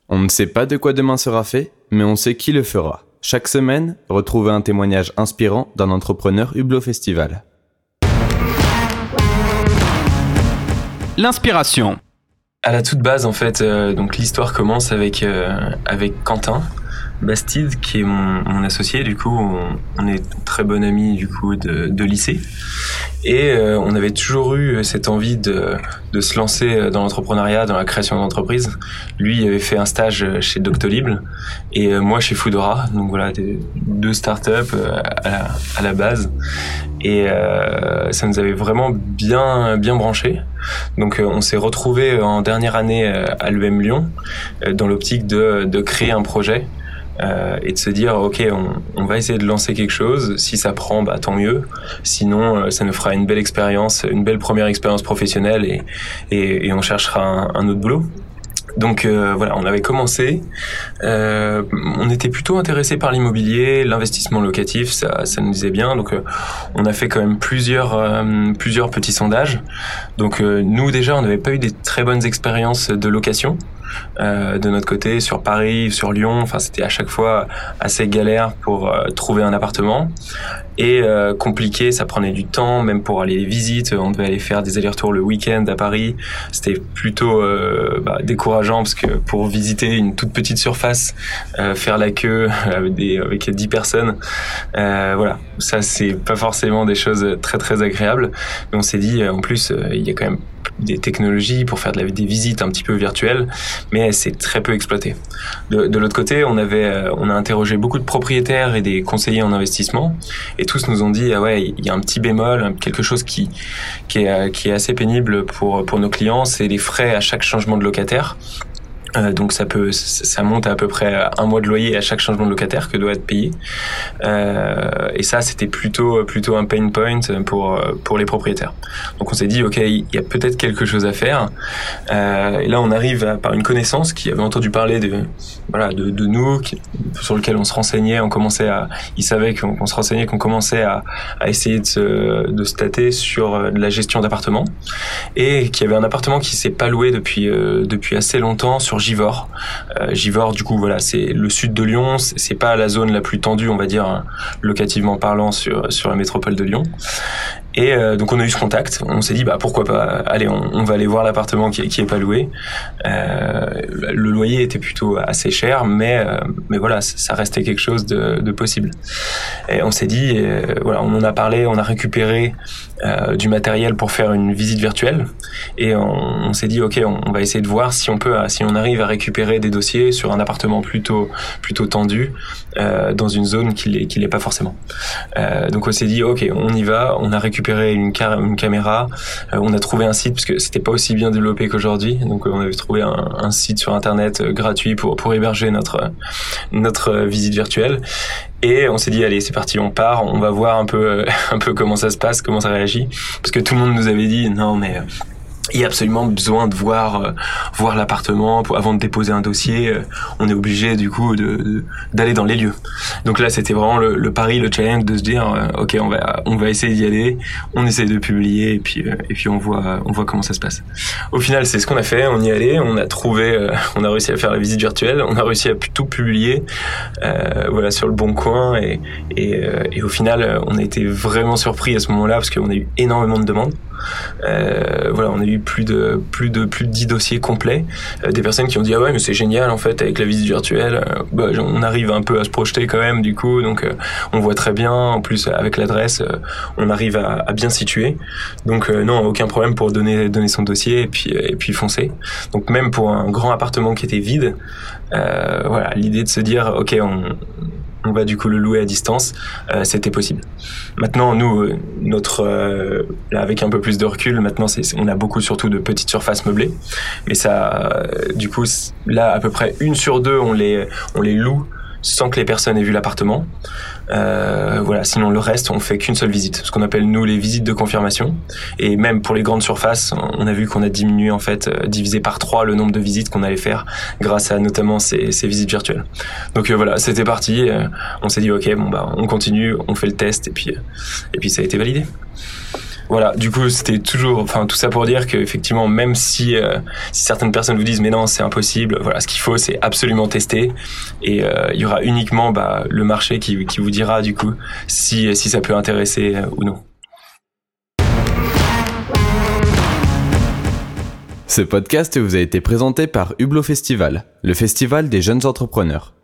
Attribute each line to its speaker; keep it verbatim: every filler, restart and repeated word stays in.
Speaker 1: On ne sait pas de quoi demain sera fait, mais on sait qui le fera. Chaque semaine, retrouvez un témoignage inspirant d'un entrepreneur Hublot Festival.
Speaker 2: L'inspiration.
Speaker 3: À la toute base, en fait, euh, donc l'histoire commence avec euh, avec Quentin Bastide, qui est mon, mon associé. Du coup, on, on est très bon amis du coup de, de lycée, et euh, on avait toujours eu cette envie de de se lancer dans l'entrepreneuriat, dans la création d'entreprise. Lui, il avait fait un stage chez Doctolib et euh, moi chez Foodora. Donc voilà, des, deux startups euh, à la, à la base, et euh, ça nous avait vraiment bien bien branché. Donc euh, on s'est retrouvés en dernière année euh, à l'U M Lyon euh, dans l'optique de de créer un projet. Euh, et de se dire ok, on, on va essayer de lancer quelque chose. Si ça prend, bah tant mieux. Sinon, euh, ça nous fera une belle expérience, une belle première expérience professionnelle, et et, et on cherchera un, un autre boulot. Donc euh, voilà, on avait commencé. Euh, on était plutôt intéressé par l'immobilier, l'investissement locatif, ça, ça nous disait bien. Donc euh, on a fait quand même plusieurs, euh, plusieurs petits sondages. Donc euh, nous déjà, on n'avait pas eu des très bonnes expériences de location. Euh, de notre côté, sur Paris, sur Lyon, enfin c'était à chaque fois assez galère pour euh, trouver un appartement, et euh, compliqué, ça prenait du temps, même pour aller les visites, on devait aller faire des allers-retours le week-end à Paris, c'était plutôt euh, bah, décourageant, parce que pour visiter une toute petite surface, euh, faire la queue avec, des, avec dix personnes, euh, voilà, ça c'est pas forcément des choses très très agréables. Mais on s'est dit, en plus, euh, il y a quand même des technologies pour faire de la, des visites un petit peu virtuelles, mais c'est très peu exploité. De, de l'autre côté, on avait, on a interrogé beaucoup de propriétaires et des conseillers en investissement, et tous nous ont dit ah ouais, il y a un petit bémol, quelque chose qui qui est qui est assez pénible pour pour nos clients, c'est les frais à chaque changement de locataire. Euh, donc ça peut, ça monte à, à peu près un mois de loyer à chaque changement de locataire que doit être payé. Euh, et ça, c'était plutôt plutôt un pain point pour pour les propriétaires. Donc on s'est dit ok, il y a peut-être quelque chose à faire. Euh, et là, on arrive à, par une connaissance qui avait entendu parler de voilà de, de nous, qui, sur lequel on se renseignait. On commençait à, il savait qu'on, qu'on se renseignait, qu'on commençait à, à essayer de se de se tâter sur de la gestion d'appartements, et qu'il y avait un appartement qui s'est pas loué depuis euh, depuis assez longtemps sur Givors. Euh, Givors, du coup, voilà, c'est le sud de Lyon. C'est, c'est pas la zone la plus tendue, on va dire, hein, locativement parlant, sur sur la métropole de Lyon. Et euh, donc on a eu ce contact. On s'est dit bah pourquoi pas. Allez, on, on va aller voir l'appartement qui, qui est pas loué. Euh, le loyer était plutôt assez cher, mais euh, mais voilà, ça restait quelque chose de, de possible. Et on s'est dit euh, voilà, on en a parlé, on a récupéré euh, du matériel pour faire une visite virtuelle, et on, on s'est dit ok, on, on va essayer de voir si on peut, si on arrive à récupérer des dossiers sur un appartement plutôt plutôt tendu euh, dans une zone qui l'est qui l'est pas forcément. Euh, donc on s'est dit ok, on y va. On a récupéré une, car- une caméra, euh, on a trouvé un site, parce que c'était pas aussi bien développé qu'aujourd'hui, donc euh, on avait trouvé un, un site sur internet euh, gratuit pour pour héberger notre notre euh, visite virtuelle. Et on s'est dit allez, c'est parti, on part, on va voir un peu euh, un peu comment ça se passe, comment ça réagit, parce que tout le monde nous avait dit non mais euh, il y a absolument besoin de voir euh, voir l'appartement pour, avant de déposer un dossier. Euh, on est obligé du coup de, de d'aller dans les lieux. Donc là, c'était vraiment le, le pari, le challenge de se dire euh, ok, on va on va essayer d'y aller. On essaie de publier, et puis euh, et puis on voit on voit comment ça se passe. Au final, c'est ce qu'on a fait. On y allait, on a trouvé, euh, on a réussi à faire la visite virtuelle. On a réussi à tout publier, euh, voilà, sur le Bon Coin, et et, euh, et au final, on a été vraiment surpris à ce moment-là, parce qu'on a eu énormément de demandes. Euh, voilà, on a eu plus de plus de plus de dix dossiers complets, euh, des personnes qui ont dit ah ouais mais c'est génial en fait avec la visite virtuelle, euh, bah, on arrive un peu à se projeter quand même du coup, donc euh, on voit très bien, en plus avec l'adresse euh, on arrive à, à bien situer, donc euh, non, aucun problème pour donner donner son dossier, et puis et puis foncer. Donc même pour un grand appartement qui était vide, euh, voilà, l'idée de se dire ok, on on va du coup le louer à distance, euh, c'était possible. Maintenant, nous, euh, notre, euh, là, avec un peu plus de recul, maintenant, c'est, on a beaucoup surtout de petites surfaces meublées, mais ça, euh, du coup, là, à peu près une sur deux, on les, on les loue sans que les personnes aient vu l'appartement. Euh, voilà, sinon le reste, on fait qu'une seule visite, ce qu'on appelle nous les visites de confirmation. Et même pour les grandes surfaces, on a vu qu'on a diminué en fait, euh, divisé par trois le nombre de visites qu'on allait faire grâce à notamment ces, ces visites virtuelles. Donc euh, voilà, c'était parti. Euh, on s'est dit ok, bon bah on continue, on fait le test, et puis euh, et puis ça a été validé. Voilà, du coup, c'était toujours, enfin, tout ça pour dire qu'effectivement, même si, euh, si certaines personnes vous disent, mais non, c'est impossible, voilà, ce qu'il faut, c'est absolument tester. Et euh, il y aura uniquement bah, le marché qui, qui vous dira, du coup, si, si ça peut intéresser euh, ou non.
Speaker 1: Ce podcast vous a été présenté par Hublot Festival, le festival des jeunes entrepreneurs.